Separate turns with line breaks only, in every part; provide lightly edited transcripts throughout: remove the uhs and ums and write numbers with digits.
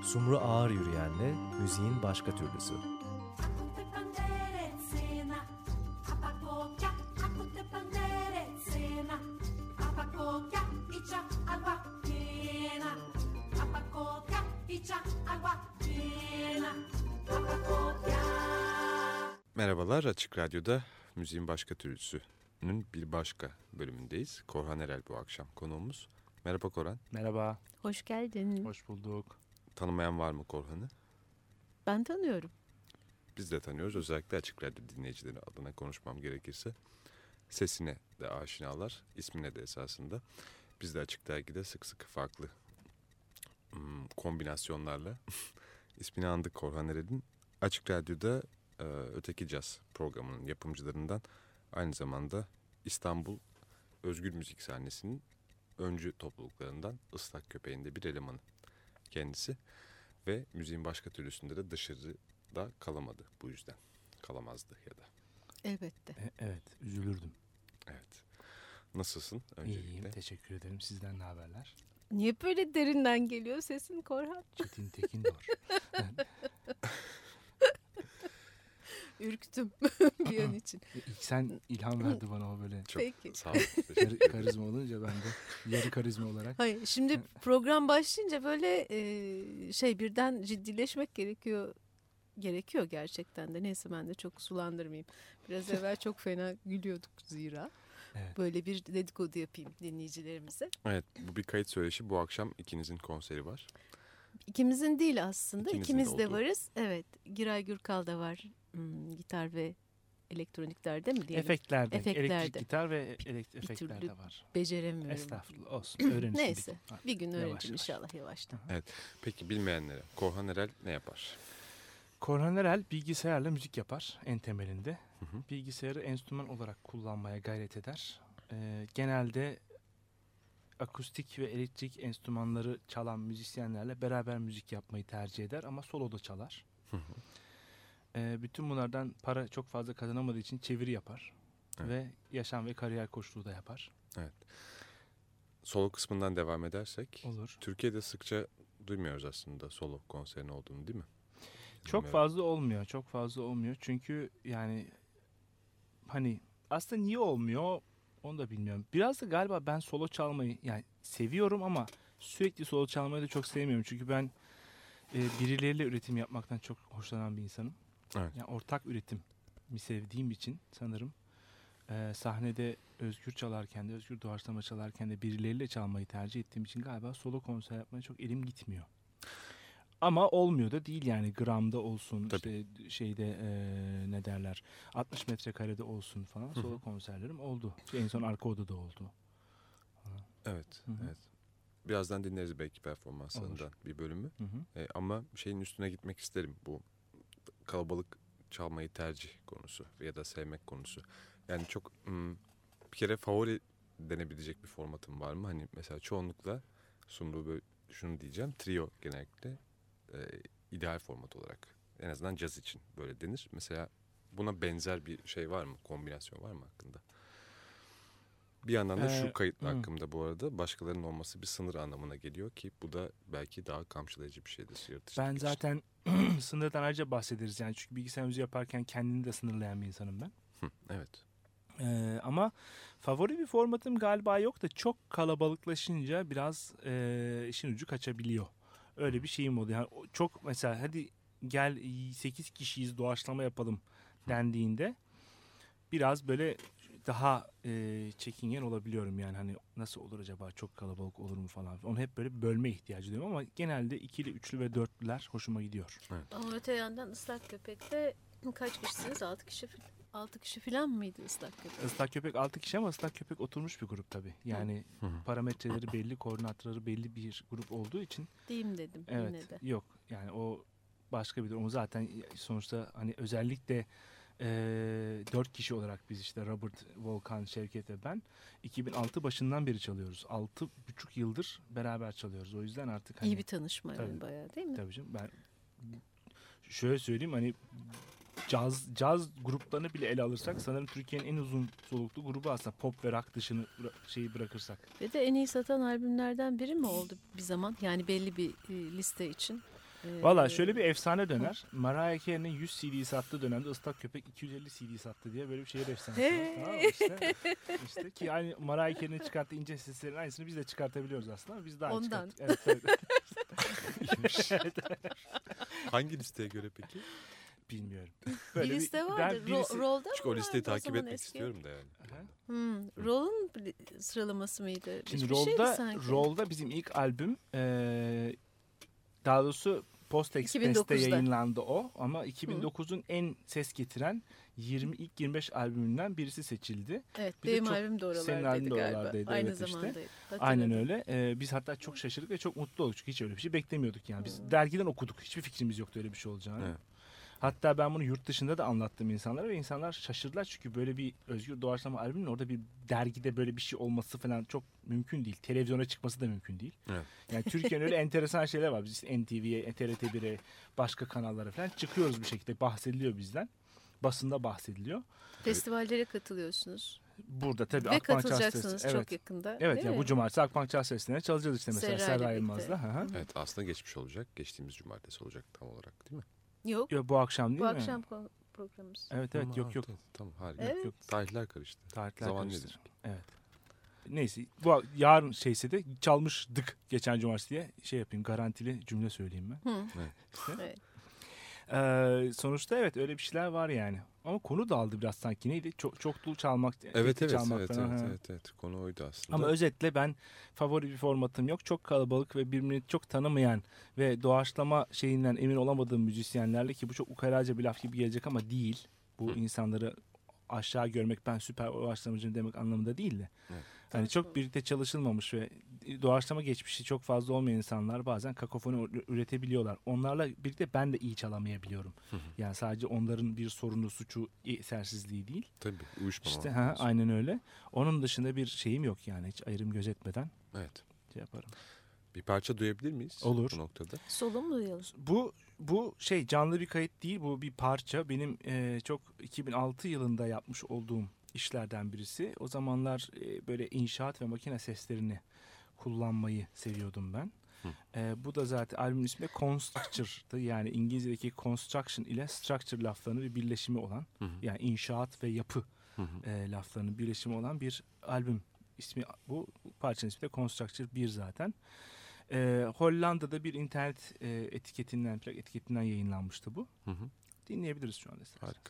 Sumru Ağır Yürüyen'le müziğin başka türlüsü.
Merhabalar, Açık Radyo'da Müziğin Başka Türlüsü'nün bir başka bölümündeyiz. Korhan Erel bu akşam konuğumuz. Merhaba Korhan.
Merhaba.
Hoş geldin.
Hoş bulduk.
Tanımayan var mı Korhan'ı?
Ben tanıyorum.
Biz de tanıyoruz. Özellikle Açık Radyo dinleyicileri adına konuşmam gerekirse. Sesine de aşinalar, ismine de esasında. Biz de Açık Dergi'de sık sık farklı kombinasyonlarla ismini andık Korhan Erel'in. Açık Radyo'da Öteki Caz programının yapımcılarından, aynı zamanda İstanbul Özgür Müzik Sahnesi'nin öncü topluluklarından Islak Köpeğin de bir elemanı kendisi. Ve müziğin başka türlüsünde de dışarıda kalamadı bu yüzden. Kalamazdı ya da.
Elbette.
Evet, üzülürdüm.
Evet. Nasılsın öncelikle?
İyiyim, teşekkür ederim. Sizden ne haberler?
Niye böyle derinden geliyor sesin Korhan?
Çetin Tekindor.
Ürktüm bir an için.
İlk sen ilham verdi bana o böyle.
Çok
Peki.
sağ ol.
Yarı karizma olunca ben de yarı karizma olarak.
Hayır, şimdi program başlayınca böyle birden ciddileşmek gerekiyor gerçekten de. Neyse, ben de çok sulandırmayayım. Biraz evvel çok fena gülüyorduk zira.
Evet.
Böyle bir dedikodu yapayım dinleyicilerimize.
Evet, bu bir kayıt söyleşi. Bu akşam ikinizin konseri var.
İkimizin değil aslında.
İkinizin
İkimiz de
olduğu.
varız. Evet, Giray Gürkal da var. Gitar ve elektroniklerde mi diyelim?
Efektlerde.
Efektlerde.
Elektrik gitar ve
Bir
efektlerde
türlü
var.
Beceremiyorum.
Estağfurullah, olsun. Öğrenirsin.
Neyse, bir gün
Yavaş
öğreneceğim
yavaş.
inşallah yavaştan.
Evet. Peki bilmeyenlere Korhan Erel ne yapar?
Korhan Erel bilgisayarla müzik yapar en temelinde.
Hı.
Bilgisayarı enstrüman olarak kullanmaya gayret eder. Genelde akustik ve elektrik enstrümanları çalan müzisyenlerle beraber müzik yapmayı tercih eder ama solo da çalar. Bütün bunlardan para çok fazla kazanamadığı için çeviri yapar.
Evet.
Ve yaşam ve kariyer koçluğu da yapar.
Evet. Solo kısmından devam edersek.
Olur.
Türkiye'de sıkça duymuyoruz aslında solo konserin olduğunu, değil mi?
Çok fazla olmuyor. Çok fazla olmuyor. Çünkü yani hani aslında niye olmuyor onu da bilmiyorum. Biraz da galiba ben solo çalmayı yani seviyorum ama sürekli solo çalmayı da çok sevmiyorum. Çünkü ben birileriyle üretim yapmaktan çok hoşlanan bir insanım.
Evet.
Yani ortak üretim mi sevdiğim için sanırım sahnede özgür çalarken de, özgür doğaçlama çalarken de birileriyle çalmayı tercih ettiğim için galiba solo konser yapmaya çok elim gitmiyor. Ama olmuyor da değil yani, gramda olsun,
Tabii.
işte şeyde ne derler 60 metrekarede olsun falan solo konserlerim oldu. En son arka odada oldu.
Evet,
Hı hı.
evet. Birazdan dinleriz belki performanslarından bir bölümü.
Hı hı.
Ama şeyin üstüne gitmek isterim. Bu kalabalık çalmayı tercih konusu ya da sevmek konusu. Yani çok bir kere favori denebilecek bir formatım var mı? Hani mesela çoğunlukla Sumru böyle şunu diyeceğim. Trio genellikle ideal format olarak. En azından caz için böyle denir. Mesela buna benzer bir şey var mı? Kombinasyon var mı hakkında? Bir yandan da şu kayıt hakkında bu arada başkalarının olması bir sınır anlamına geliyor ki bu da belki daha kamçılayıcı bir şeydir.
Ben zaten sınırdan ayrıca bahsederiz yani, çünkü bilgisayar müziği yaparken kendini de sınırlayan bir insanım ben.
Evet.
Ama favori bir formatım galiba yok da çok kalabalıklaşınca biraz işin ucu kaçabiliyor. Öyle bir şeyim oldu. Yani çok mesela hadi gel 8 kişiyiz doğaçlama yapalım dendiğinde biraz böyle daha çekingen olabiliyorum yani, hani nasıl olur acaba, çok kalabalık olur mu falan. Onu hep böyle bölme ihtiyacı duyuyorum ama genelde ikili, üçlü ve dörtlüler hoşuma gidiyor.
Evet.
Ama öte yandan Islak Köpek'te kaç kişisiniz? 6 kişi falan mıydı Islak Köpek?
Islak Köpek 6 kişi ama Islak Köpek oturmuş bir grup tabii. Yani parametreleri belli, koordinatları belli bir grup olduğu için.
Diyeyim dedim
Evet,
yine de.
yok yani o başka bir durum. Zaten sonuçta hani özellikle 4 kişi olarak biz işte Robert, Volkan, Şevket ve ben 2006 başından beri çalıyoruz. 6,5 yıldır beraber çalıyoruz. O yüzden artık hani,
İyi bir tanışma yani
tabii,
bayağı, değil mi?
tabii canım, ben şöyle söyleyeyim, hani caz gruplarını bile ele alırsak sanırım Türkiye'nin en uzun soluklu grubu aslında, pop ve rock dışını şeyi bırakırsak.
Ve de en iyi satan albümlerden biri mi oldu bir zaman? Yani belli bir liste için
Valla şöyle bir efsane döner. Mariah Carey'nin 100 CD sattığı dönemde Islak Köpek 250 CD sattı diye böyle bir şehir efsanesi var. Tamam mı? İşte ki aynı Mariah Carey'nin çıkarttığı ince seslerin aynısını biz de çıkartabiliyoruz aslında. Biz daha
Ondan.
Evet. İyiymiş.
Hangi listeye göre peki?
Bilmiyorum.
Bir liste vardır. Roll'da
Çünkü
mı
o listeyi
vardı o
takip
zaman
etmek
eski?
istiyorum da yani.
Roll'un sıralaması mıydı?
Şimdi
Bir şeydi sanki.
Roll'da bizim ilk albüm daha doğrusu Post Express'te
2009'da.
yayınlandı o ama 2009'un en ses getiren ilk 25 albümünden birisi seçildi.
Evet,
Bir de
benim
çok-
albüm de
senin
oralardaydı
albüm de
galiba.
oralardaydı,
Aynı
evet işte.
zamandaydı.
Aynen
Hatırladım.
öyle. Biz hatta çok şaşırdık ve çok mutlu olduk çünkü hiç öyle bir şey beklemiyorduk yani. Biz dergiden okuduk. Hiçbir fikrimiz yoktu öyle bir şey olacağını.
Evet.
Hatta ben bunu yurt dışında da anlattım insanlara ve insanlar şaşırdılar çünkü böyle bir Özgür Doğaçlama albümünün orada bir dergide böyle bir şey olması falan çok mümkün değil. Televizyona çıkması da mümkün değil.
Evet.
Yani Türkiye'nin öyle enteresan şeyler var. Biz işte NTV'ye, TRT1'e, başka kanallara falan çıkıyoruz bir şekilde. Bahsediliyor bizden. Basında bahsediliyor.
Festivallere katılıyorsunuz.
Burada tabii
Ve
Akbank
katılacaksınız
Jazz
çok yakında.
Evet
değil
yani
mi?
bu cumartesi Akbank Jazz Festival'ine çalacağız işte mesela
Serra ile
Serra
birlikte.
Yılmaz'la. Hı hı.
Evet, aslında geçmiş olacak. Geçtiğimiz cumartesi olacak tam olarak değil mi?
Yok.
Yo, bu akşam değil
Bu
mi?
akşam programımız.
Evet
Tamam,
yok.
Tamam harika.
Evet.
Yok.
Tarihler karıştı.
Tarihler
Zaman
karıştı.
nedir?
Evet. Neyse yarın şeyse de çalmıştık geçen cumartesi diye şey yapayım garantili cümle söyleyeyim ben.
Hı.
Evet.
İşte.
Evet.
Sonuçta evet öyle bir şeyler var yani. Ama konu dağıldı biraz sanki neydi? Çoklu çalmak.
Evet
tekli çalmak falan, ha.
evet. Konu oydu aslında.
Ama özetle ben favori bir formatım yok. Çok kalabalık ve birbirini çok tanımayan ve doğaçlama şeyinden emin olamadığım müzisyenlerle ki bu çok ukalaca bir laf gibi gelecek ama değil. Bu insanları aşağı görmek ben süper doğaçlamacıyım demek anlamında değil de.
Evet.
Hani çok birlikte çalışılmamış ve doğaçlama geçmişi çok fazla olmayan insanlar bazen kakofoni üretebiliyorlar. Onlarla birlikte ben de iyi çalamayabiliyorum. Yani sadece onların bir sorunu, suçu, esersizliği değil.
Tabii uyuşmamak
İşte
lazım.
aynen öyle. Onun dışında bir şeyim yok yani hiç ayrım gözetmeden
Evet.
şey yaparım.
Bir parça duyabilir miyiz?
Olur.
Bu noktada.
Solo mu duyalım?
Bu şey canlı bir kayıt değil, bu bir parça. Benim çok 2006 yılında yapmış olduğum işlerden birisi. O zamanlar böyle inşaat ve makine seslerini kullanmayı seviyordum ben. Bu da zaten albümün ismi de Constructure'dı. Yani İngilizce'deki construction ile structure laflarının bir birleşimi olan, yani inşaat ve yapı laflarının birleşimi olan bir albüm ismi. Bu parçanın ismi de Constructure 1 zaten. Hollanda'da bir internet plak etiketinden yayınlanmıştı bu. Dinleyebiliriz şu anda.
Harika.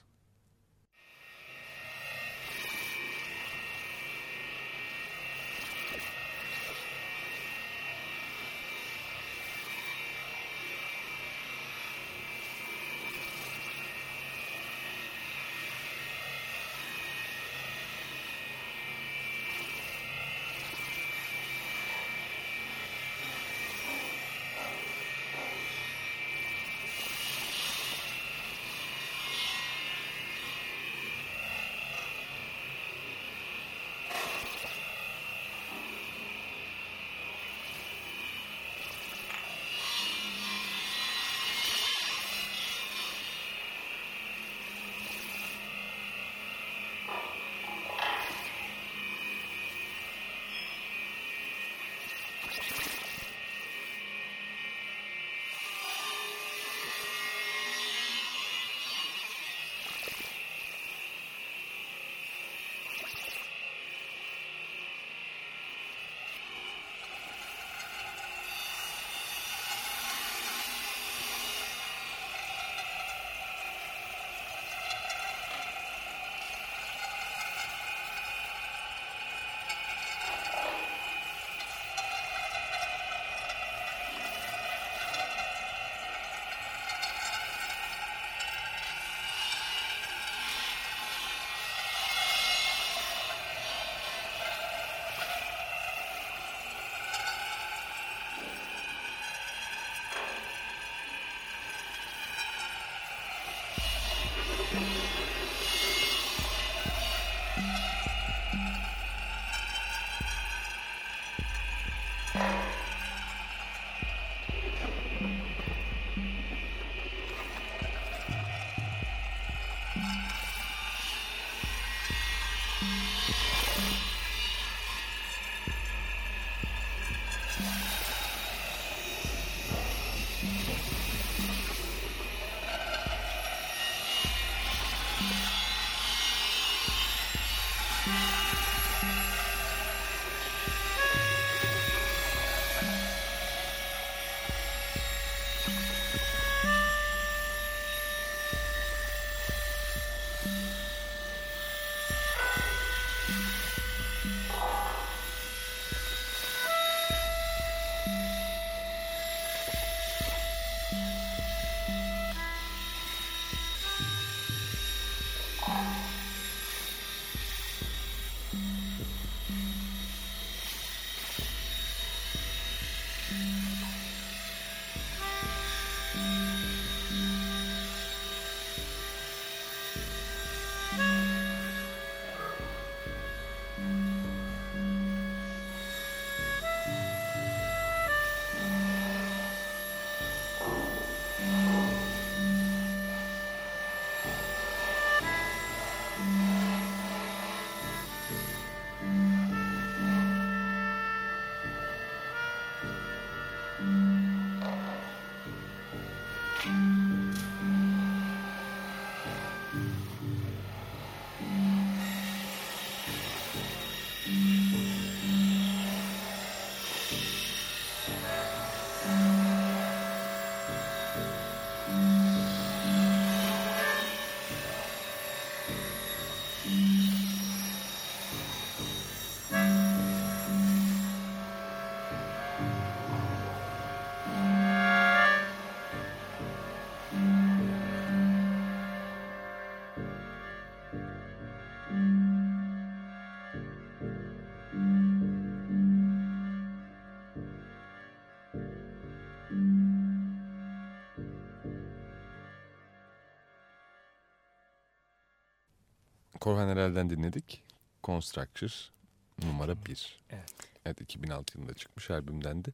Korhan Erel'den dinledik. Constructure numara 1.
Evet.
Evet, 2006 yılında çıkmış albümdendi.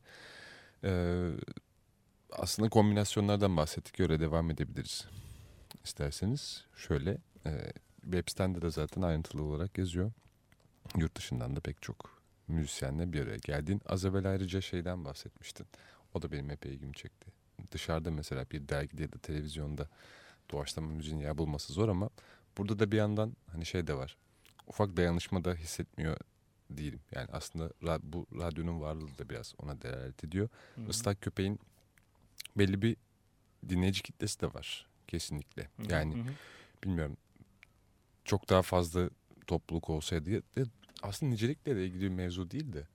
Aslında kombinasyonlardan bahsettik. Öyle devam edebiliriz isterseniz. Şöyle web site'de de zaten ayrıntılı olarak yazıyor. Yurt dışından da pek çok müzisyenle bir araya geldiğin. Az evvel ayrıca şeyden bahsetmiştin. O da benim epey ilgimi çekti. Dışarıda mesela bir dergide ya da televizyonda doğaçlama müziğin yer bulması zor ama burada da bir yandan hani şey de var. Ufak dayanışma da hissetmiyor değilim. Yani aslında bu radyonun varlığı da biraz ona delalet ediyor.
Hı-hı.
Islak Köpeğin belli bir dinleyici kitlesi de var kesinlikle.
Hı-hı.
Yani
Hı-hı.
bilmiyorum, çok daha fazla topluluk olsaydı aslında nicelikle de ilgili bir mevzu değil de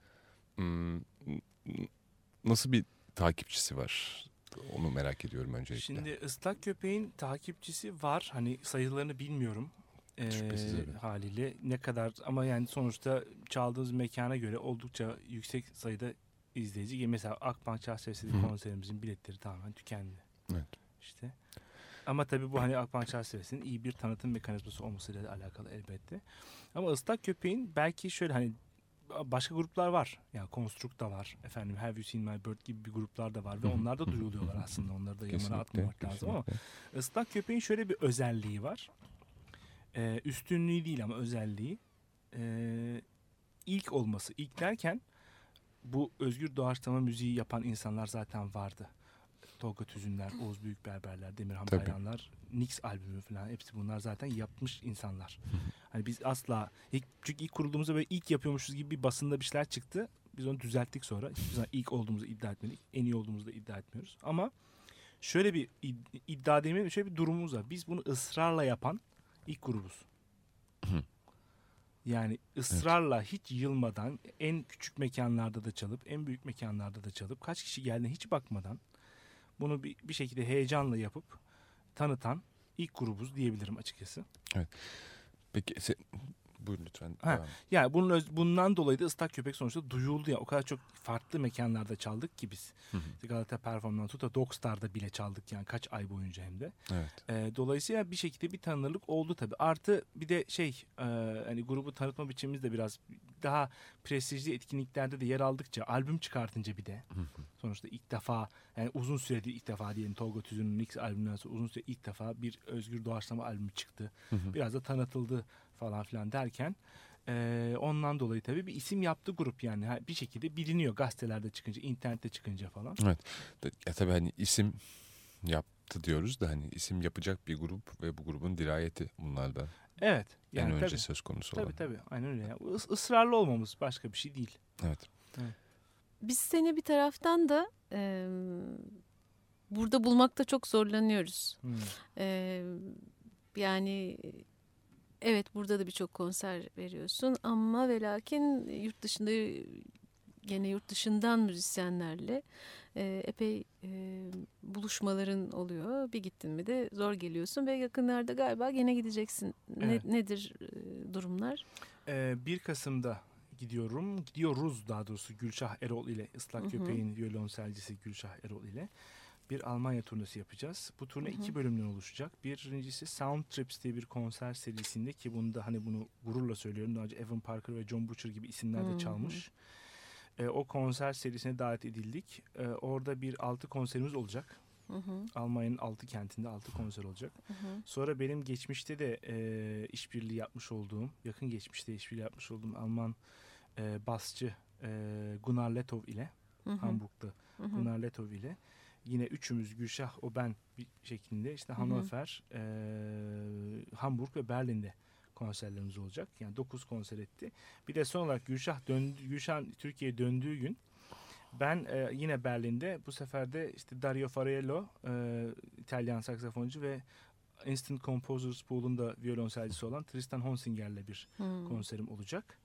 nasıl bir takipçisi var? Onu merak ediyorum öncelikle.
Şimdi Islak Köpeğin takipçisi var. Hani sayılarını bilmiyorum.
Şüphesiz evet.
Haliyle ne kadar ama yani sonuçta çaldığımız mekana göre oldukça yüksek sayıda izleyici. Mesela Akbank Çarşafesi'ndeki konserimizin biletleri tamamen tükendi.
Evet.
İşte. Ama tabii bu hani Akbank Çarşafesi'nin iyi bir tanıtım mekanizması olmasıyla alakalı elbette. Ama Islak Köpeğin belki şöyle hani başka gruplar var. Yani Construct da var. Efendim Have You Seen My Bird gibi bir gruplar da var. Ve onlar da duyuluyorlar aslında. Onları da yamana atmamak lazım ama Islak Köpeğin şöyle bir özelliği var. Üstünlüğü değil ama özelliği. İlk olması. İlk derken bu özgür doğaçlama müziği yapan insanlar zaten vardı. Tolga Tüzünler, Oğuz Büyükberberler, Demirhan Bayramlar, Nix albümü falan hepsi bunlar zaten yapmış insanlar. Hani biz asla çünkü ilk kurulduğumuzda böyle ilk yapıyormuşuz gibi bir basında bir şeyler çıktı. Biz onu düzelttik sonra. Hiçbir zaman ilk olduğumuzu iddia etmedik. En iyi olduğumuzu da iddia etmiyoruz. Ama şöyle bir iddia demeyelim, şöyle bir durumumuz var. Biz bunu ısrarla yapan ilk grubuz. Yani ısrarla hiç yılmadan en küçük mekanlarda da çalıp en büyük mekanlarda da çalıp kaç kişi geldiğine hiç bakmadan bunu bir şekilde heyecanla yapıp tanıtan ilk grubuz diyebilirim açıkçası.
Evet. Peki buyurun lütfen.
Yani bundan dolayı da Islak Köpek sonuçta duyuldu ya. O kadar çok farklı mekanlarda çaldık ki biz. Galata Perform'dan tut da Dogstar'da bile çaldık yani kaç ay boyunca hem de.
Evet.
Dolayısıyla bir şekilde bir tanınırlık oldu tabii. Artı bir de hani grubu tanıtma biçimimiz de biraz daha prestijli etkinliklerde de yer aldıkça, albüm çıkartınca bir de sonuçta ilk defa yani uzun süredir ilk defa diyelim Tolga Tüzün'ün Nix albümünden sonra uzun süre ilk defa bir özgür doğaçlama albümü çıktı. Biraz da tanıtıldı falan filan derken ondan dolayı tabii bir isim yaptı grup yani bir şekilde biliniyor gazetelerde çıkınca, internette çıkınca falan.
Evet. Tabii hani isim yaptı diyoruz da hani isim yapacak bir grup ve bu grubun dirayeti bunlardan.
Evet.
En
Yani
önce
tabii.
söz konusu olan.
Tabii. Aynen öyle. Yani ısrarlı olmamız başka bir şey değil.
Evet.
Biz seni bir taraftan da burada bulmakta çok zorlanıyoruz. E, Yani evet, burada da birçok konser veriyorsun ama ve lakin yurt dışından müzisyenlerle epey buluşmaların oluyor. Bir gittin mi de zor geliyorsun ve yakınlarda galiba gene gideceksin.
Evet.
Nedir durumlar?
1 Kasım'da gidiyoruz daha doğrusu Gülşah Erol ile, Islak Köpeğin violonselcisi Gülşah Erol ile bir Almanya turnesi yapacağız. Bu turne 2 bölümden oluşacak. Birincisi Sound Trips diye bir konser serisinde, ki bunu gururla söylüyorum. Daha önce Evan Parker ve John Butcher gibi isimler de çalmış. O konser serisine davet edildik. Orada bir 6 konserimiz olacak. Almanya'nın 6 kentinde 6 konser olacak. Sonra benim geçmişte de yakın geçmişte işbirliği yapmış olduğum Alman basçı Gunnar Letov ile Hamburg'da Gunnar Letov ile yine üçümüz, Gülşah, o, ben bir şeklinde işte Hannover, Hamburg ve Berlin'de konserlerimiz olacak. Yani 9 konser etti. Bir de son olarak Gülşah Türkiye'ye döndüğü gün ben yine Berlin'de, bu sefer de işte Dario Fariello, İtalyan saksafoncu ve Instant Composers Pool'un da violonselcisi olan Tristan Honsinger'le bir konserim olacak.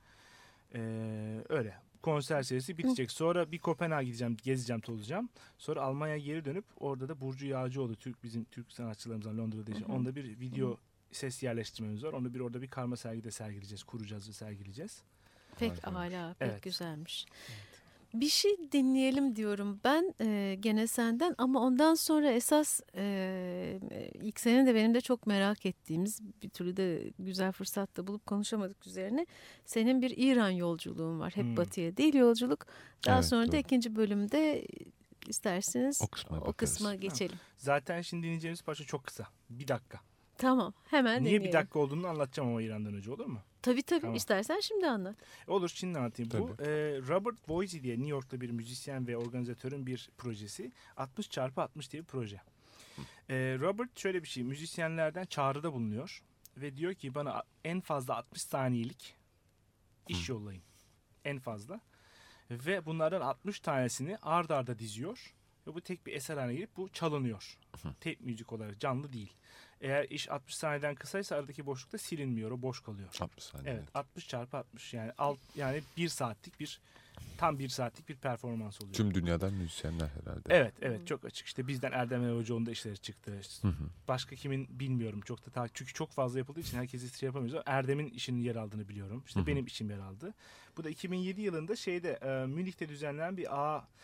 Öyle. Konser serisi bitecek. Sonra bir Kopenhag'a gideceğim, gezeceğim, tozacağım. Sonra Almanya'ya geri dönüp orada da Burcu Yağcıoğlu, bizim Türk sanatçılarımızdan Londra'da yaşayan, onda bir video ses yerleştirmemiz var. Onu orada bir karma sergide sergileyeceğiz. Kuracağız ve sergileyeceğiz.
Pek âlâ, pek
Evet.
güzelmiş. Bir şey dinleyelim diyorum ben gene senden, ama ondan sonra esas ilk senin de benim de çok merak ettiğimiz, bir türlü de güzel fırsatta bulup konuşamadık üzerine, senin bir İran yolculuğun var. Hep batıya değil yolculuk. Daha
Evet,
sonra da
doğru.
ikinci bölümde isterseniz
O kısma
geçelim.
Zaten şimdi dinleyeceğimiz parça çok kısa. 1 dakika.
Tamam, hemen
Niye
dinleyelim.
1 dakika olduğunu anlatacağım ama İran'dan önce, olur mu?
Tabii
Tamam.
istersen şimdi anlat.
Olur, şimdi anlatayım. Bu
Tabii.
Robert Boise diye New York'ta bir müzisyen ve organizatörün bir projesi. 60x60 diye bir proje. Robert şöyle bir şey, müzisyenlerden çağrıda bulunuyor ve diyor ki bana en fazla 60 saniyelik iş yollayın. En fazla. Ve bunlardan 60 tanesini ard arda diziyor ve bu tek bir eser haline gelip bu çalınıyor. Tek müzik olarak, canlı değil. Eğer iş 60 saniyeden kısaysa aradaki boşlukta silinmiyor, o boş kalıyor.
60 saniye.
Evet, 60x60 yani 1 saatlik tam 1 saatlik bir performans oluyor.
Tüm dünyadan müzisyenler herhalde.
Evet, çok açık. İşte bizden Erdem Hocaoğlu'nun da işleri çıktı. İşte başka kimin bilmiyorum çok da, çünkü çok fazla yapıldığı için herkes şey yapamıyoruz. Ama Erdem'in işinin yer aldığını biliyorum. İşte benim işim yer aldı. Bu da 2007 yılında Münih'te düzenlenen bir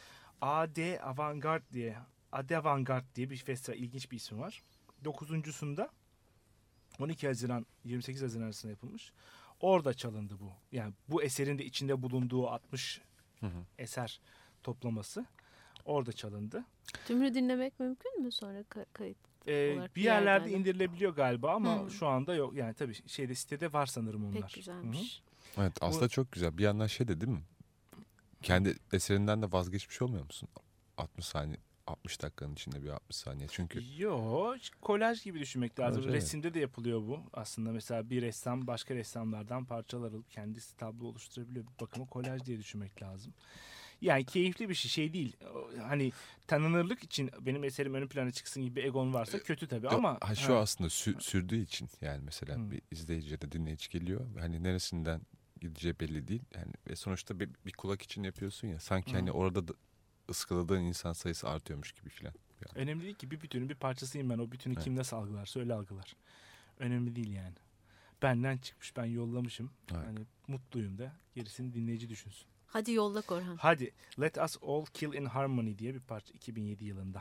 AD Avantgard diye bir festival, ilginç bir ismi var. 9.sunda 12 Haziran 28 Haziran arasında yapılmış. Orada çalındı bu. Yani bu eserin de içinde bulunduğu 60 eser toplaması orada çalındı.
Tümünü dinlemek mümkün mü sonra kayıt olarak?
Bir yerlerde indirilebiliyor galiba ama şu anda yok. Yani tabii sitede var sanırım onlar.
Pek güzelmiş.
Evet, aslında çok güzel. Bir yandan değil mi? Kendi eserinden de vazgeçmiş olmuyor musun? 60 saniye, 60 dakikanın içinde bir 60 saniye. Çünkü
Kolaj gibi düşünmek lazım.
Kolaj, evet.
Resimde de yapılıyor bu. Aslında mesela bir ressam başka ressamlardan parçalar alıp kendisi tablo oluşturabiliyor. Bir bakıma kolaj diye düşünmek lazım. Yani keyifli bir şey değil. Hani tanınırlık için benim eserim ön plana çıksın gibi bir egon varsa kötü tabii ama.
aslında sürdüğü için, yani mesela bir izleyici ya da dinleyici geliyor. Hani neresinden gideceği belli değil. Yani ve sonuçta bir kulak için yapıyorsun ya. Sanki hani orada da ıskaladığın insan sayısı artıyormuş gibi filan. Yani.
Önemli değil ki, bir bütünün bir parçasıyım ben. O bütünü kim nasıl algılarsa öyle algılar. Önemli değil yani. Benden çıkmış, ben yollamışım.
Evet.
Hani mutluyum da, gerisini dinleyici düşünsün.
Hadi yolla Korhan.
Hadi Let Us All Kill in Harmony diye bir parça 2007 yılında.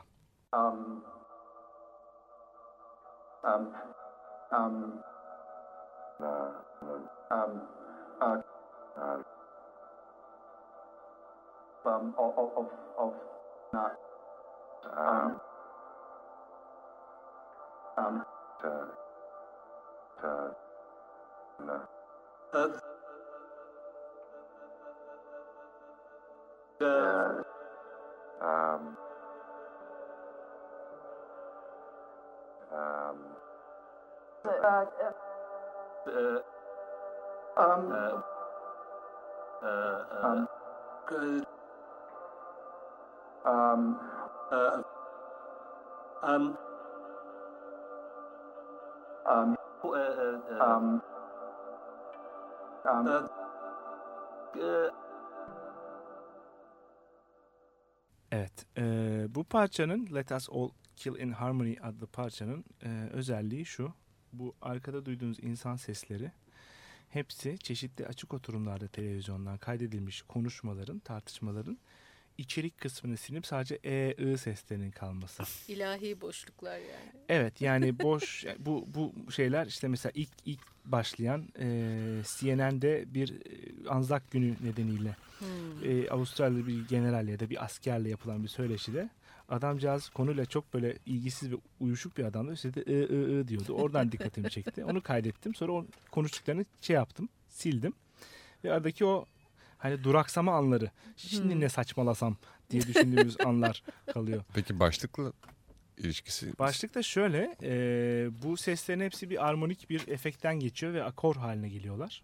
Evet, bu parçanın Let Us All Kill in Harmony adlı parçanın özelliği şu. Bu arkada duyduğunuz insan sesleri hepsi çeşitli açık oturumlarda televizyondan kaydedilmiş konuşmaların, tartışmaların içerik kısmını silip sadece I seslerinin kalması.
İlahi boşluklar yani.
Evet, yani boş bu şeyler işte mesela ilk başlayan CNN'de bir Anzak Günü nedeniyle Avustralyalı bir general ya da bir askerle yapılan bir söyleşide adamcağız konuyla çok böyle ilgisiz ve uyuşuk bir adamdı. İşte diyordu. Oradan dikkatimi çekti. Onu kaydettim. Sonra o konuştuklarını yaptım. Sildim. Ve aradaki o hani duraksama anları. Şimdi ne saçmalasam diye düşündüğümüz anlar kalıyor.
Peki başlıkla ilişkisi?
Başlıkta şöyle. Bu seslerin hepsi bir armonik bir efektten geçiyor ve akor haline geliyorlar.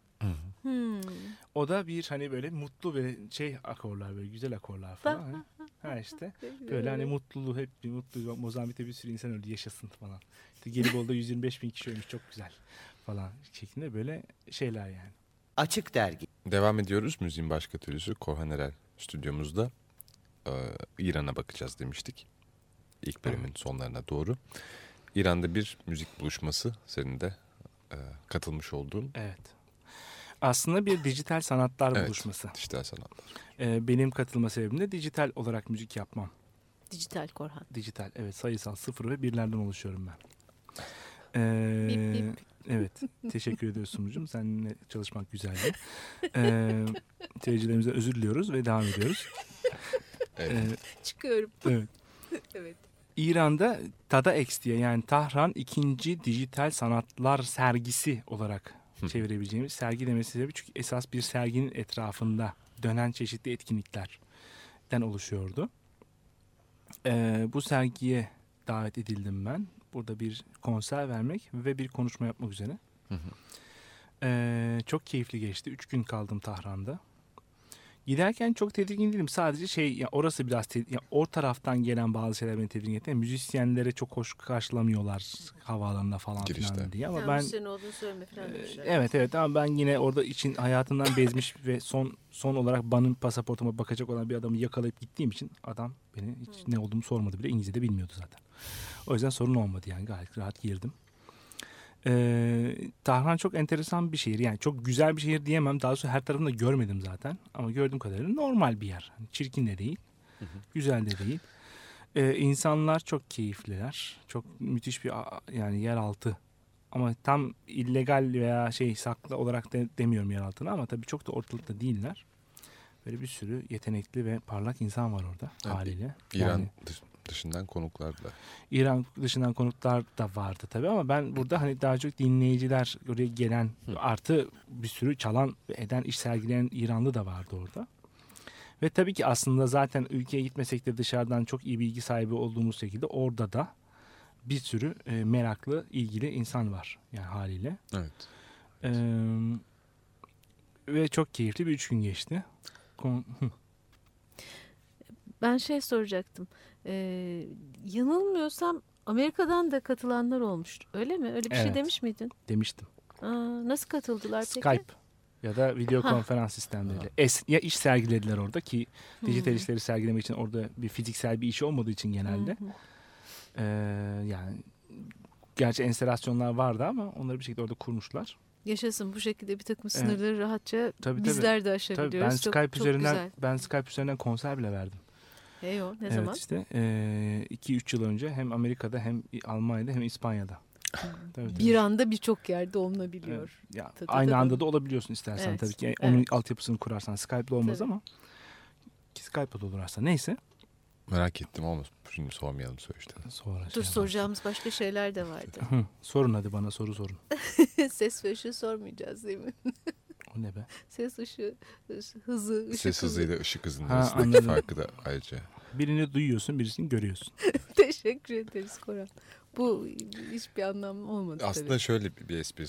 O da bir hani böyle mutlu ve akorlar, böyle güzel akorlar falan. Ha işte böyle hani mutluluğu, hep bir mutlu. Mozambik'te bir sürü insan öldü, yaşasın falan. İşte Gelibolu'da 125 bin kişi ölmüş, çok güzel falan şeklinde böyle şeyler yani.
Açık Dergi.
Devam ediyoruz. Müziğin başka türlüsü Korhan Erel stüdyomuzda. İran'a bakacağız demiştik. İlk bölümün sonlarına doğru. İran'da bir müzik buluşması, senin de katılmış olduğun.
Evet. Aslında bir dijital sanatlar buluşması.
Dijital sanatlar.
Benim katılma sebebim de dijital olarak müzik yapmam.
Dijital Korhan.
Dijital, evet, sayısal 0 ve 1'lerden oluşuyorum ben.
Bip bip.
Evet, teşekkür ediyoruz sunucum. Seninle çalışmak güzeldi. Seyircilerimizden özür diliyoruz ve devam ediyoruz.
Evet.
Çıkıyorum.
Evet.
Evet.
İran'da TEDx diye, yani Tahran 2. Dijital Sanatlar Sergisi olarak çevirebileceğimiz sergi demesi sebebi, çünkü esas bir serginin etrafında dönen çeşitli etkinliklerden oluşuyordu. Bu sergiye davet edildim ben. Burada bir konser vermek ve bir konuşma yapmak üzere. Çok keyifli geçti. 3 gün kaldım Tahran'da. Giderken çok tedirgin değilim. Sadece orası biraz o taraftan gelen bazı şeyler beni tedirgin etti. Müzisyenlere çok hoş karşılamıyorlar havaalanında falan filan diye. Ama ben
müzisyen olduğunu söyleme falan demişler.
Evet, ama ben yine orada için hayatından bezmiş ve son olarak benim pasaportuma bakacak olan bir adamı yakalayıp gittiğim için adam beni hiç ne olduğumu sormadı bile. İngilizce de bilmiyordu zaten. O yüzden sorun olmadı yani, gayet rahat girdim. Tahran çok enteresan bir şehir. Yani çok güzel bir şehir diyemem. Daha doğrusu her tarafını da görmedim zaten. Ama gördüğüm kadarıyla normal bir yer. Çirkin de değil. Güzel de değil. İnsanlar çok keyifliler. Çok müthiş bir yani yeraltı. Ama tam illegal veya saklı olarak demiyorum yeraltına, ama tabii çok da ortalıkta değiller. Böyle bir sürü yetenekli ve parlak insan var orada haliyle.
İran dışından konuklar da.
İran dışından konuklar da vardı tabii, ama ben burada hani daha çok dinleyiciler, oraya gelen artı bir sürü çalan ve eden, iş sergileyen İranlı da vardı orada. Ve tabii ki aslında zaten ülkeye gitmesek de dışarıdan çok iyi bilgi sahibi olduğumuz şekilde orada da bir sürü meraklı, ilgili insan var yani haliyle.
Evet.
Ve çok keyifli bir 3 gün geçti.
Ben soracaktım. Yanılmıyorsam Amerika'dan da katılanlar olmuştu. Öyle mi? Öyle bir şey demiş miydin?
Demiştim.
Nasıl katıldılar peki?
Skype ya da video konferans sistemleriyle. Ya iş sergilediler orada, ki dijital işleri sergilemek için orada bir fiziksel bir iş olmadığı için genelde. Yani gerçi enstalasyonlar vardı ama onları bir şekilde orada kurmuşlar.
Yaşasın, bu şekilde bir takım sınırları rahatça
tabii.
bizler de aşabiliyoruz.
Ben Skype üzerinden konser bile verdim.
Ne zaman?
Evet, işte 2-3 yıl önce hem Amerika'da hem Almanya'da hem İspanya'da. Tabii.
Bir anda birçok yerde olunabiliyor.
Evet. Aynı anda da olabiliyorsun istersen tabii ki. Onun altyapısını kurarsan Skype'la olmaz ama Skype'la da olur aslında. Neyse.
Merak ettim ama şimdi sormayalım işte.
Dur, soracağımız başka şeyler de vardı.
Sorun, hadi bana soru sorun.
Ses ve ışığı sormayacağız değil mi?
O ne be?
Ses, ışığı, hızı, ışık
Ses
hızı.
hızıyla ışık hızının arasındaki farkı da ayrıca.
Birini duyuyorsun, birisini görüyorsun.
Teşekkür ederiz Koran. Bu hiçbir anlam olmadı
aslında
tabii.
Şöyle bir esprisi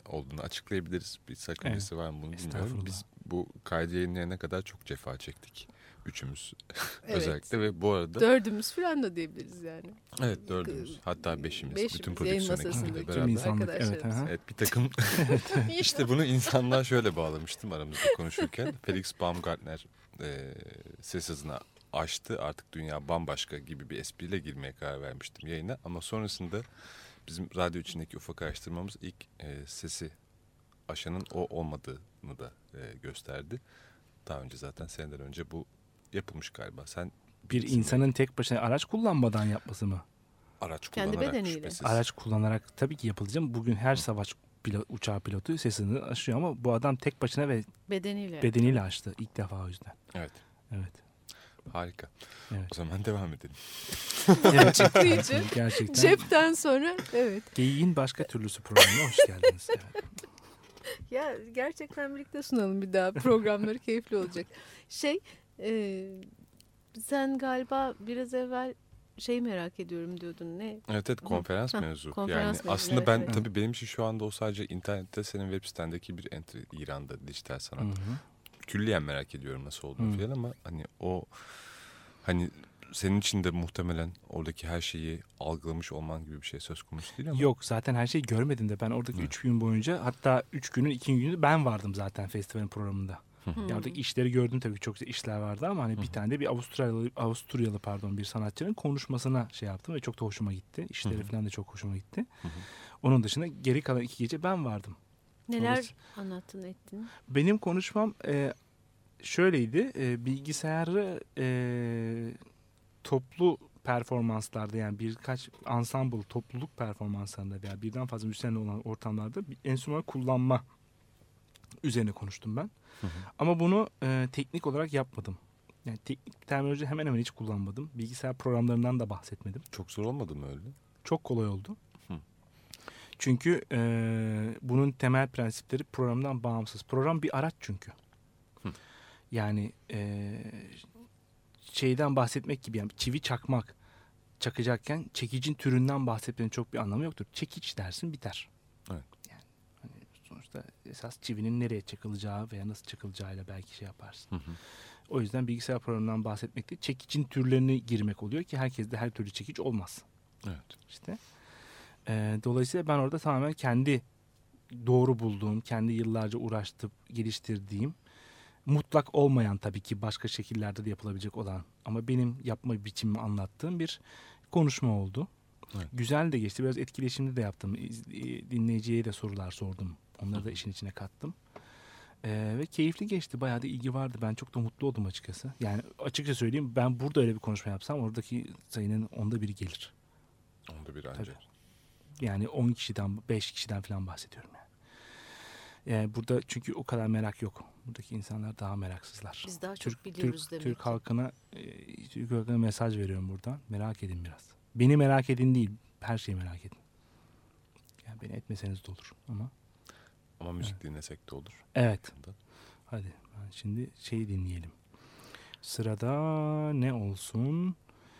olduğunu açıklayabiliriz. Bir sakıncası var mı bunu bilmiyorum.
Estağfurullah.
Biz bu kaydı yayınlayana kadar çok cefa çektik. Üçümüz
Evet.
özellikle ve bu arada
Dördümüz falan da diyebiliriz yani.
evet dördümüz hatta beşimiz bütün
Beşimiz, yayın
prodüksiyon
masasındaki
ekibiyle
Tüm
beraber.
insanlık. Evet,
arkadaşlarımız.
aha.
Evet bir takım işte bunu insanlığa şöyle bağlamıştım aramızda konuşurken. Felix Baumgartner ses hızını aştı artık dünya bambaşka gibi bir espriyle girmeye karar vermiştim yayına. Ama sonrasında bizim radyo içindeki ufak araştırmamız ilk sesi aşanın o olmadığını da gösterdi. Daha önce zaten seneler önce bu yapılmış galiba. Sen
Bir insanın tek başına araç kullanmadan yapması mı?
araç
Kendi
kullanarak
bedeniyle.
şüphesiz.
Araç kullanarak tabii ki yapılacak. Bugün her savaş uçağı pilotu sesini aşıyor ama bu adam tek başına ve
Bedeniyle.
bedeniyle aştı ilk defa o yüzden.
Evet.
Evet.
Harika.
Evet.
O zaman devam edelim.
Açıklayıcı.
Gerçekten.
Cepten sonra evet.
Geyiğin başka türlüsü programına hoş geldiniz. Evet.
Ya gerçekten birlikte sunalım bir daha. Programları keyifli olacak. Sen galiba biraz evvel merak ediyorum diyordun. Ne?
Evet konferans
Hah,
mevzu.
konferans
Yani
mevzu,
aslında
evet,
ben
evet.
tabii benim için şu anda o sadece internette senin web sitendeki bir entry İran'da dijital sanat.
Hı hı.
Külliyen merak ediyorum nasıl olduğunu
Hı.
falan ama hani senin için de muhtemelen oradaki her şeyi algılamış olman gibi bir şey söz konusu değil ama.
Yok zaten her şeyi görmedim de ben oradaki 3 gün boyunca hatta 3 günün 2 günü ben vardım zaten festivalin programında. Ya oradaki işleri gördüm tabii çok güzel işler vardı ama hani bir tane de bir Avusturyalı bir sanatçının konuşmasına yaptım ve çok da hoşuma gitti. İşleri falan da çok hoşuma gitti. Onun dışında geri kalan 2 gece ben vardım.
Neler
Orası-
anlattın ettin?
Benim konuşmam şöyleydi. Bilgisayarı toplu performanslarda yani birkaç ensemble topluluk performanslarında veya birden fazla müzisyenle olan ortamlarda bir enstrüman kullanma üzerine konuştum ben. Ama bunu teknik olarak yapmadım. Yani teknik terminoloji hemen hemen hiç kullanmadım. Bilgisayar programlarından da bahsetmedim.
Çok zor olmadı mı öyle?
Çok kolay oldu. Çünkü bunun temel prensipleri programdan bağımsız. Program bir araç çünkü. Yani şeyden bahsetmek gibi yani çivi çakacakken çekicin türünden bahsetmenin çok bir anlamı yoktur. Çekiç dersin biter.
Evet.
Yani hani sonuçta esas çivinin nereye çakılacağı veya nasıl çakılacağıyla belki yaparsın. O yüzden bilgisayar programından bahsetmek değil, çekicin türlerini girmek oluyor ki herkeste her türlü çekiç olmaz.
Evet.
İşte. Dolayısıyla ben orada tamamen kendi doğru bulduğum, kendi yıllarca uğraştıp geliştirdiğim, mutlak olmayan tabii ki başka şekillerde de yapılabilecek olan ama benim yapma biçimimi anlattığım bir konuşma oldu.
Evet.
Güzel de geçti. Biraz etkileşimli de yaptım. Dinleyiciye de sorular sordum. Onları da işin içine kattım. Ve keyifli geçti. Bayağı da ilgi vardı. Ben çok da mutlu oldum açıkçası. Yani açıkça söyleyeyim ben burada öyle bir konuşma yapsam oradaki sayının 1/10 gelir.
Onda bir ancak.
Yani 10 kişiden 5 kişiden falan bahsediyorum yani. Burada çünkü o kadar merak yok. Buradaki insanlar daha meraksızlar.
Biz daha çok biliyoruz demek
Türk
ki.
halkına mesaj veriyorum buradan. Merak edin biraz. Beni merak edin değil, her şeyi merak edin. Yani beni etmeseniz de olur ama
Müzik dinlesek de olur.
evet. Hadi ben şimdi dinleyelim. Sırada ne olsun?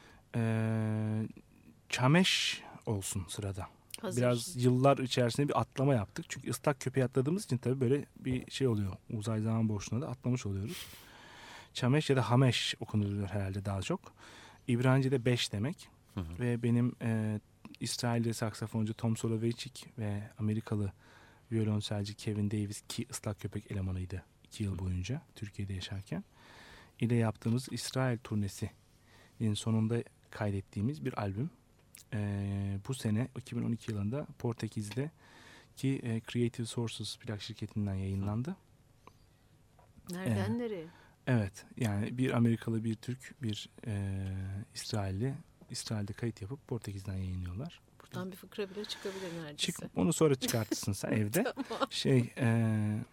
Çameş olsun sırada.
Hazır.
Biraz yıllar içerisinde bir atlama yaptık. Çünkü ıslak köpeği atladığımız için tabii böyle bir şey oluyor. Uzay zaman boşluğuna da atlamış oluyoruz. Çameş ya da Hameş okunuluyor herhalde daha çok. İbranice'de 5 demek. Ve benim İsrailli saksafoncu Tom Soloveitchik ve Amerikalı violonselci Kevin Davis ki ıslak köpek elemanıydı 2 yıl boyunca Türkiye'de yaşarken. ile yaptığımız İsrail turnesinin sonunda kaydettiğimiz bir albüm. Bu sene 2012 yılında Portekiz'de ki Creative Sources plak şirketinden yayınlandı.
Nereden nereye?
Evet, yani bir Amerikalı, bir Türk, bir İsrailli İsrail'de kayıt yapıp Portekiz'den yayınlıyorlar.
Buradan bir fıkra bile çıkabilir neredeyse.
Onu sonra çıkartırsın sen evde.
Tamam.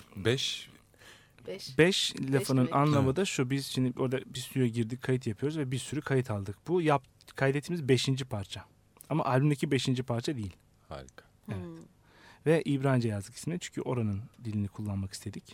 5 lafının
demek.
anlamı da şu: biz şimdi orada bir stüdyoya girdik, kayıt yapıyoruz ve bir sürü kayıt aldık. Bu kaydettiğimiz 5. parça. Ama albümdeki 5. parça değil.
Harika.
Evet. Ve İbranice yazdık ismini çünkü oranın dilini kullanmak istedik.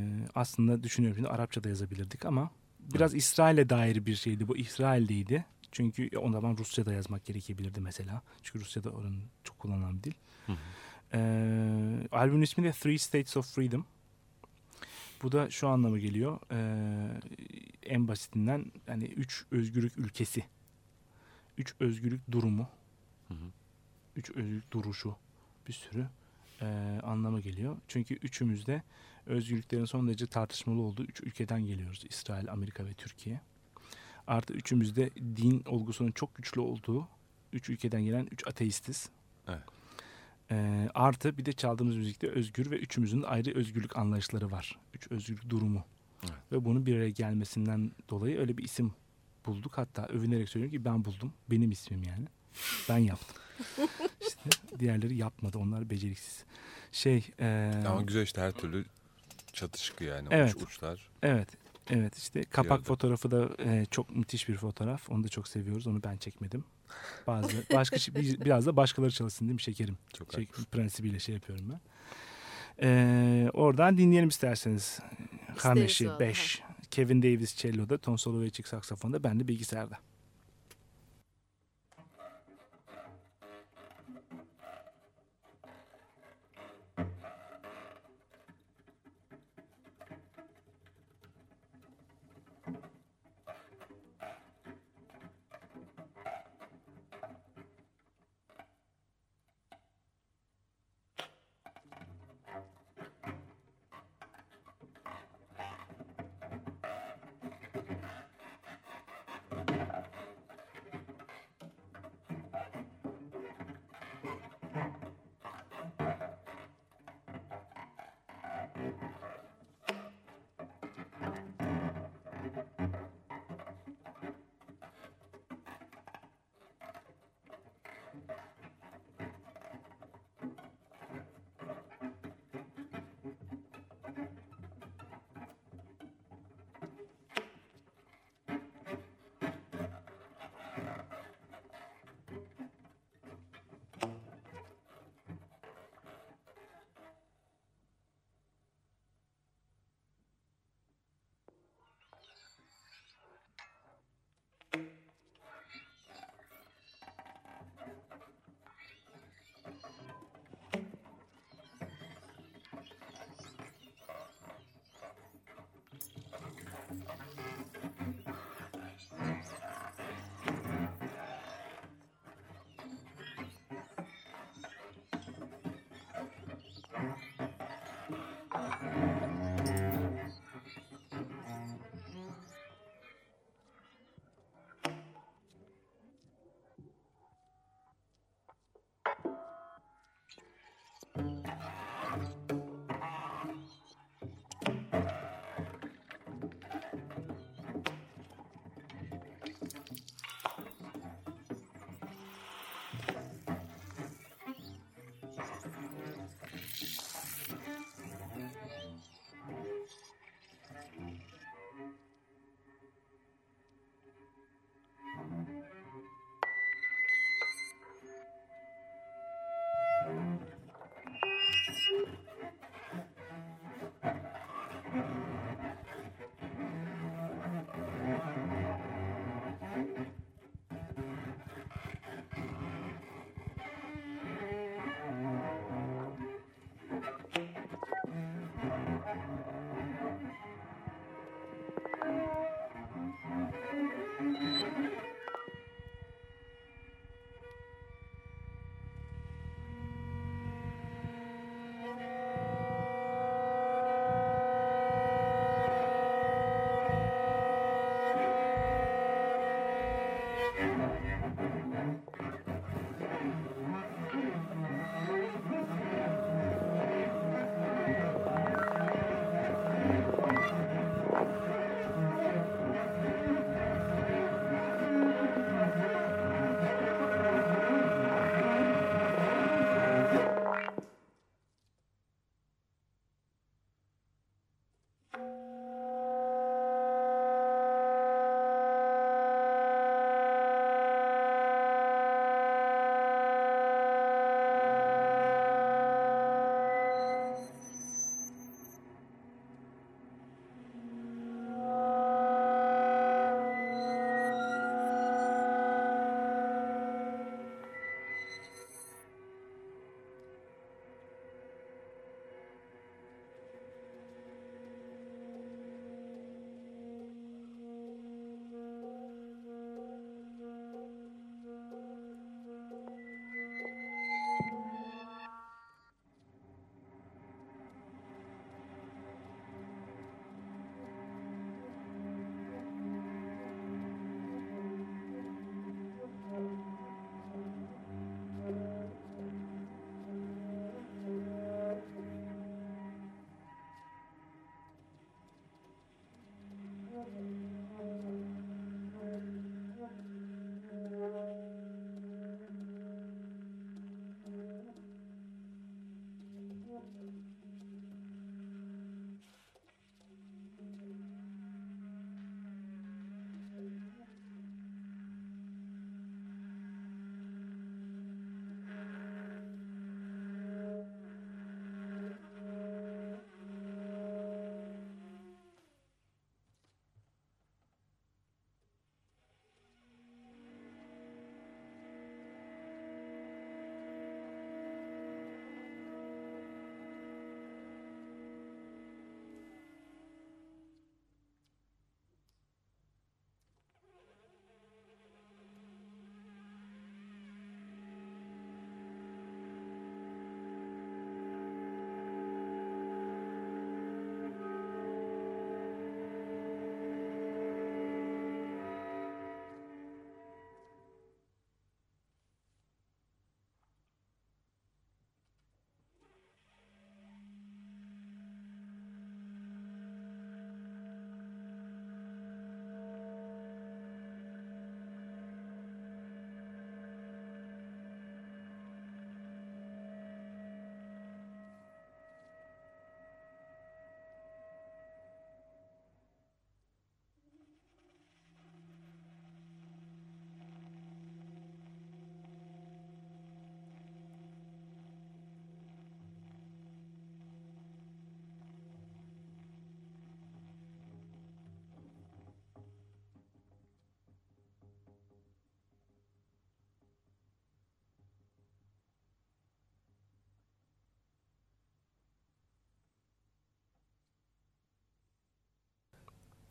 Aslında düşünüyorum şimdi Arapça da yazabilirdik ama biraz İsrail'e dair bir şeydi. Bu İsrail'deydi. Çünkü o zaman Rusça'da yazmak gerekebilirdi mesela. Çünkü Rusça'da oranın çok kullanılan bir dil. Albümün ismi de Three States of Freedom. Bu da şu anlama geliyor. En basitinden hani 3 özgürlük ülkesi. 3 özgürlük durumu. 3 özgürlük duruşu. Bir sürü anlama geliyor. Çünkü üçümüz de özgürlüklerin son derece tartışmalı olduğu 3 ülkeden geliyoruz. İsrail, Amerika ve Türkiye. Artı üçümüz de din olgusunun çok güçlü olduğu 3 ülkeden gelen 3 ateistiz.
Evet.
Artı bir de çaldığımız müzikte özgür ve üçümüzün de ayrı özgürlük anlayışları var. 3 özgürlük durumu.
Evet.
Ve bunun bir araya gelmesinden dolayı öyle bir isim bulduk. Hatta övünerek söylüyorum ki ben buldum. Benim ismim yani. Ben yaptım. İşte diğerleri yapmadı. Onlar beceriksiz.
Ama güzel işte, her türlü çatışkı yani.
Evet.
Uçlar.
Evet işte kapak
arada.
fotoğrafı da çok müthiş bir fotoğraf. Onu da çok seviyoruz. Onu ben çekmedim. Biraz da başkaları çalışsın değil mi şekerim?
Çok
Prensibiyle yapıyorum ben. Oradan dinleyelim isterseniz. Haneşi
vallahi.
5. Kevin Davis cello'da, Tom Soloveitchik saksafonda, ben de bilgisayarda.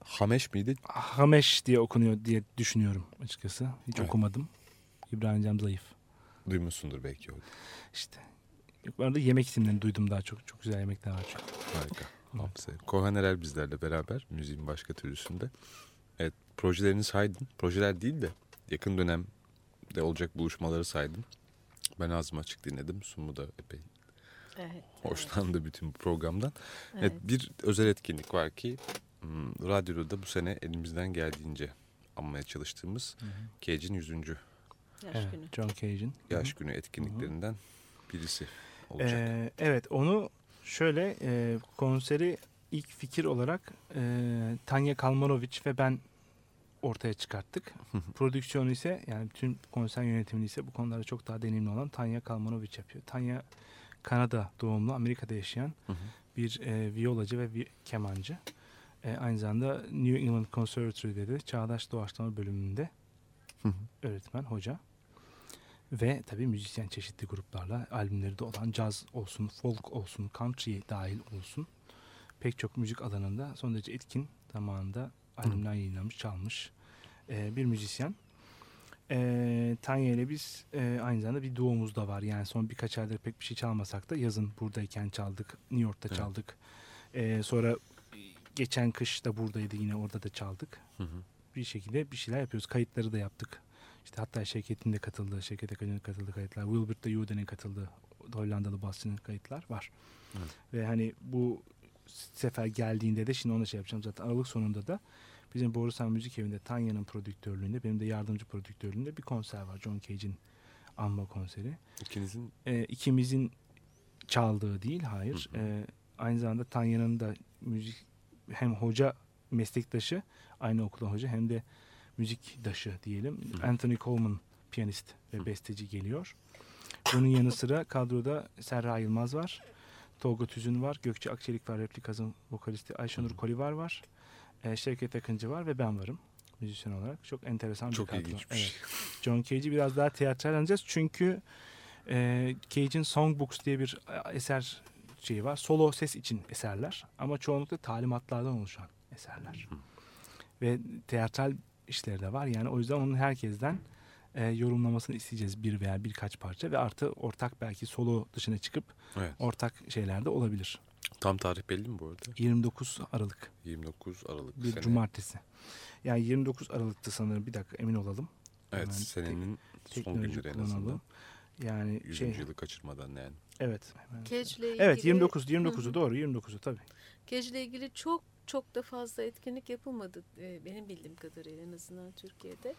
Hameş miydi?
Hameş diye okunuyor diye düşünüyorum açıkçası. Hiç
Evet.
okumadım. İbranice'm zayıf.
Duymuşsundur belki orada.
İşte. Bu arada yemek isimlerini duydum daha çok. Çok güzel yemekler var çünkü.
Harika. Korhan Erel bizlerle beraber müziğin başka türlüsünde. Evet, projelerini saydın. Projeler değil de yakın dönemde olacak buluşmaları saydın. Ben ağzımı açık dinledim. Sumu da epey
Evet.
hoşlandı bütün bu programdan.
Evet.
Evet, bir özel etkinlik var ki radyoda bu sene elimizden geldiğince anmaya çalıştığımız Cage'in 100.
Yaş
Evet,
günü.
John Cage'in.
yaş günü etkinliklerinden birisi olacak.
Evet, onu şöyle konseri ilk fikir olarak Tanya Kalmanovic ve ben ortaya çıkarttık. Prodüksiyonu ise yani bütün konser yönetimini ise bu konularda çok daha deneyimli olan Tanya Kalmanovic yapıyor. Tanya Kanada doğumlu, Amerika'da yaşayan bir viyolacı ve kemancı. Aynı zamanda New England Conservatory'de de Çağdaş Doğaçlama bölümünde öğretmen, hoca. Ve tabii müzisyen çeşitli gruplarla albümleri de olan caz olsun, folk olsun, country dahil olsun. Pek çok müzik alanında son derece etkin zamanında albümler yayınlamış, çalmış bir müzisyen. Tanya ile biz aynı zamanda bir duomuz da var. Yani son birkaç aydır pek bir şey çalmasak da yazın buradayken çaldık. New York'ta çaldık. Sonra geçen kış da buradaydı, yine orada da çaldık. Bir şekilde bir şeyler yapıyoruz. Kayıtları da yaptık. İşte hatta şirketin de katıldığı, şirket akademinin katıldığı kayıtlar, Wilbert de Jude'nin katıldığı Hollandalı basçının kayıtlar var. Ve hani bu sefer geldiğinde de şimdi onu da şey yapacağım zaten Aralık sonunda da bizim Borusan Müzik Evi'nde Tanya'nın prodüktörlüğünde, benim de yardımcı prodüktörlüğünde bir konser var. John Cage'in anma konseri.
İkinizin
İkimizin çaldığı değil, hayır. Aynı zamanda Tanya'nın da müzik hem hoca, meslektaşı, aynı okulda hoca, hem de müzikdaşı diyelim. Anthony Coleman piyanist ve besteci geliyor. Bunun yanı sıra kadroda Serra Yılmaz var. Tolga Tüzün var. Gökçe Akçelik var. Replikaz'ın vokalisti. Ayşenur Kolivar var. Şevket Akıncı var ve ben varım müzisyen olarak. Çok enteresan
çok
bir kadro.
ilginç bir şey.
John Cage'i biraz daha tiyatral anlayacağız. Çünkü Cage'in Songbooks diye bir eser şeyi var. Solo ses için eserler. Ama çoğunlukla talimatlardan oluşan eserler. Ve teatral işleri de var. Yani o yüzden onun herkesten yorumlamasını isteyeceğiz, bir veya birkaç parça ve artı ortak belki solo dışına çıkıp ortak şeyler de olabilir.
Tam tarih belli mi bu arada?
29 Aralık.
29 Aralık.
Bir cumartesi. Yani 29 Aralık'ta sanırım, bir dakika emin olalım.
Evet,
hemen
senenin son
teknoloji
günleri en azından.
kullanalım. Yani
100.
şey,
yılı kaçırmadan yani.
evet.
Cage'le ilgili,
Evet, 29'u doğru, 29'u tabii.
Cage'le ilgili çok da fazla etkinlik yapılmadı benim bildiğim kadarıyla, en azından Türkiye'de.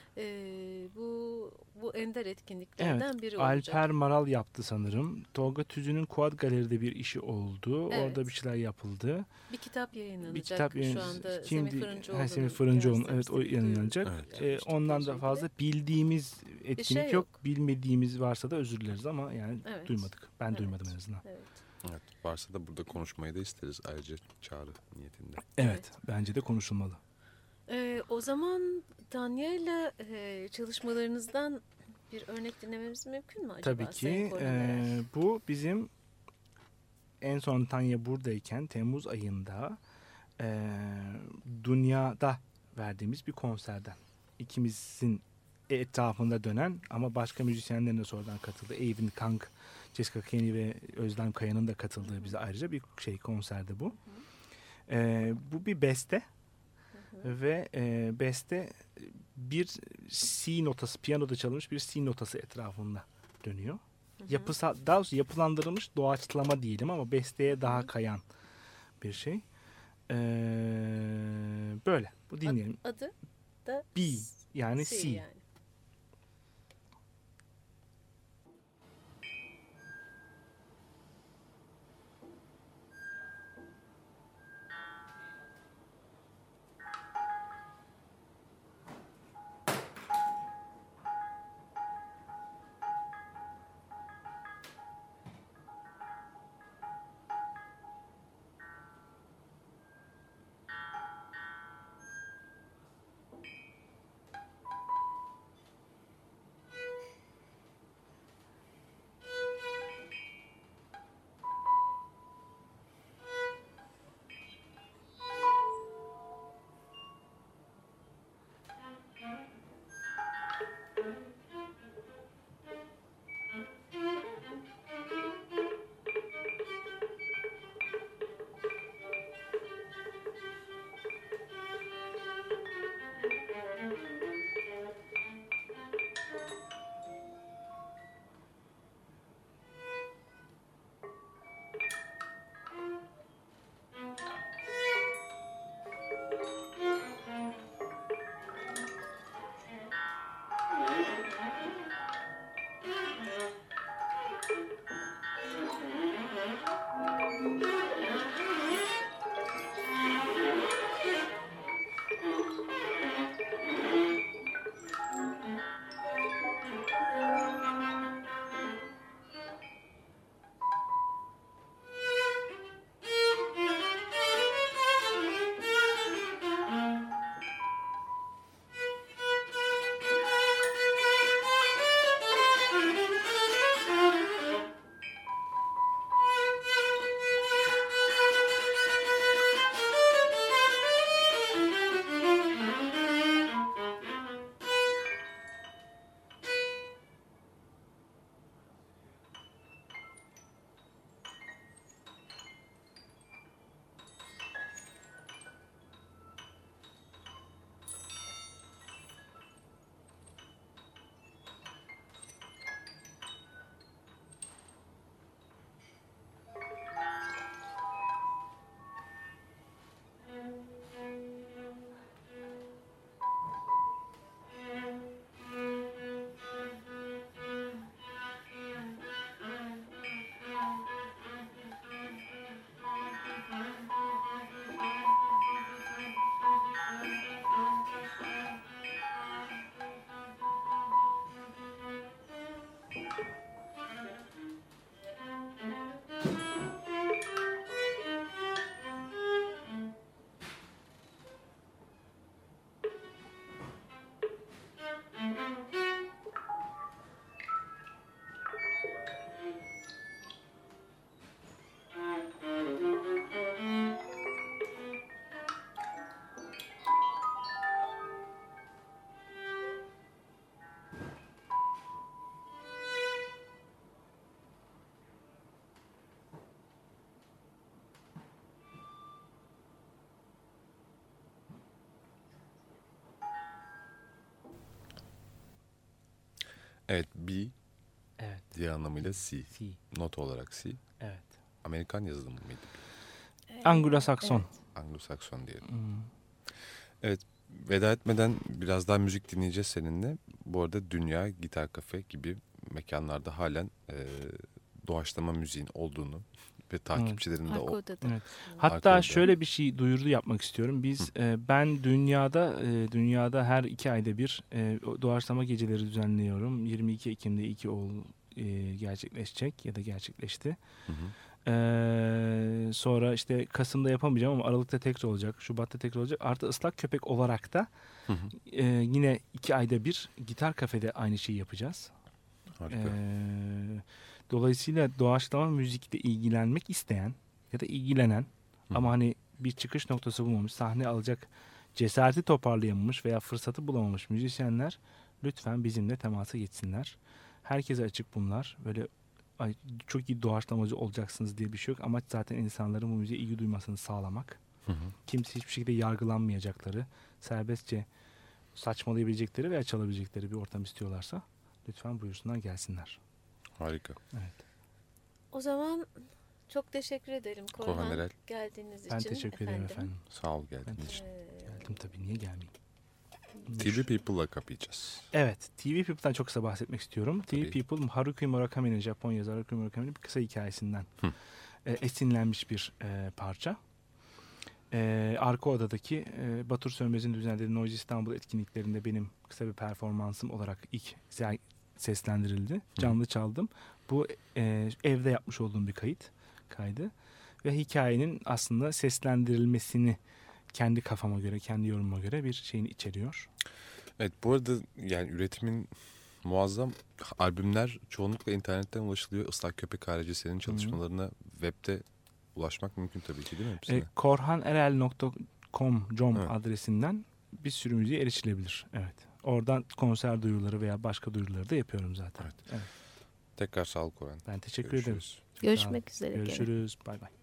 Bu ender etkinliklerden biri olacak.
Alper Maral yaptı sanırım. Tolga Tüzün'ün Kuad Galeri'de bir işi oldu.
Evet.
Orada bir şeyler yapıldı.
Bir kitap yayınlanacak
Bir kitap
şu anda.
Semih
Semih
Fırıncıoğlu'nun, evet, o yayınlanacak.
Evet.
Ondan da fazla bildiğimiz etkinlik
şey
yok.
yok.
Bilmediğimiz varsa da özür dileriz ama yani
Evet.
duymadık. Ben
Evet.
duymadım en azından.
Evet.
Evet, varsa da burada konuşmayı da isteriz ayrıca çağrı niyetinde.
Evet, bence de konuşulmalı.
O zaman Tanya'yla çalışmalarınızdan bir örnek dinlememiz mümkün mü acaba?
Tabii ki.
Sayın Korhan Erel?
Bu bizim en son Tanya buradayken Temmuz ayında dünyada verdiğimiz bir konserden. İkimizin etrafında dönen ama başka müzisyenlerin de sonradan katıldığı, Eivin Kang, Jessica Kenny ve Özlem Kaya'nın da katıldığı bize ayrıca bir konserdi bu. Bu bir beste. Ve beste bir C notası, piyanoda çalınmış bir C notası etrafında dönüyor. Yapısal, daha doğrusu yapılandırılmış doğaçlama diyelim ama besteye daha kayan bir şey. Böyle. Bu dinleyelim.
Adı da
B yani C.
yani.
Evet, B
Evet.
diğer anlamıyla C.
C.
Not olarak C.
Evet.
Amerikan yazılımı mıydı?
Anglo-Sakson.
Evet.
Anglo-Sakson diyelim.
Hmm.
Veda etmeden biraz daha müzik dinleyeceğiz seninle. Bu arada Dünya, Gitar Kafe gibi mekanlarda halen doğaçlama müziğin olduğunu ve takipçilerin de
Arka
o
odada.
Evet. Hatta
Arkada.
şöyle bir şey duyuru yapmak istiyorum. Ben dünyada her 2 ayda bir doğaçlama geceleri düzenliyorum. 22 Ekim'de gerçekleşecek ya da gerçekleşti.
Hı hı.
Sonra işte Kasım'da yapamayacağım ama Aralık'ta tekrar olacak. Şubat'ta tekrar olacak. Artı Islak Köpek olarak da
Hı hı.
yine 2 ayda bir Gitar Kafede aynı şeyi yapacağız.
Harika.
Dolayısıyla doğaçlama müzikle ilgilenmek isteyen ya da ilgilenen ama hani bir çıkış noktası bulmamış, sahne alacak cesareti toparlayamamış veya fırsatı bulamamış müzisyenler lütfen bizimle temasa geçsinler. Herkese açık bunlar. Böyle ay, çok iyi doğaçlamacı olacaksınız diye bir şey yok. Amaç zaten insanların bu müziğe ilgi duymasını sağlamak.
Hı hı.
Kimse hiçbir şekilde yargılanmayacakları, serbestçe saçmalayabilecekleri veya çalabilecekleri bir ortam istiyorlarsa lütfen buyursunlar gelsinler.
Harika.
Evet.
O zaman çok teşekkür ederim
Korhan
Korhan
Erel.
geldiğiniz
Ben
için.
teşekkür ederim efendim.
Sağ ol geldiğin için.
Geldim tabii, niye gelmeyeyim?
TV People'la kapayacağız.
Evet, TV People'dan çok kısa bahsetmek istiyorum.
Tabii.
TV People, Haruki Murakami'nin, Japon yazar Haruki Murakami'nin bir kısa hikayesinden esinlenmiş bir parça. Arka odadaki Batur Sönmez'in düzenlediği Noise İstanbul etkinliklerinde benim kısa bir performansım olarak ilk seslendirildi. Canlı çaldım. Bu evde yapmış olduğum bir kaydı. Ve hikayenin aslında seslendirilmesini kendi kafama göre, kendi yorumuma göre bir şeyini içeriyor.
Evet, bu arada yani üretimin muazzam. Albümler çoğunlukla internetten ulaşılıyor. Islak Köpek harici senin çalışmalarına webde ulaşmak mümkün tabii ki, değil mi hepsine?
korhanerel.com
Evet.
adresinden bir sürü müziğe erişilebilir. Evet. Oradan konser duyuruları veya başka duyuruları da yapıyorum zaten.
Evet. Tekrar sağ ol Korhan.
Ben teşekkür ederim.
Görüşürüz.
Görüşmek üzere. gene.
Görüşürüz. Bay bay.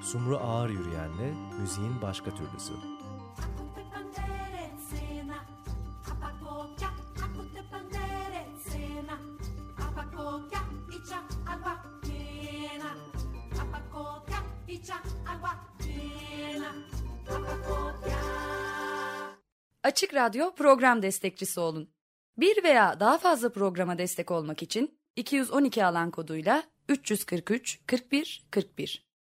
Sumru ağır yürüyenle müziğin başka türlüsü.
Açık Radyo program destekçisi olun. Bir veya daha fazla programa destek olmak için 212 alan koduyla 343 41 41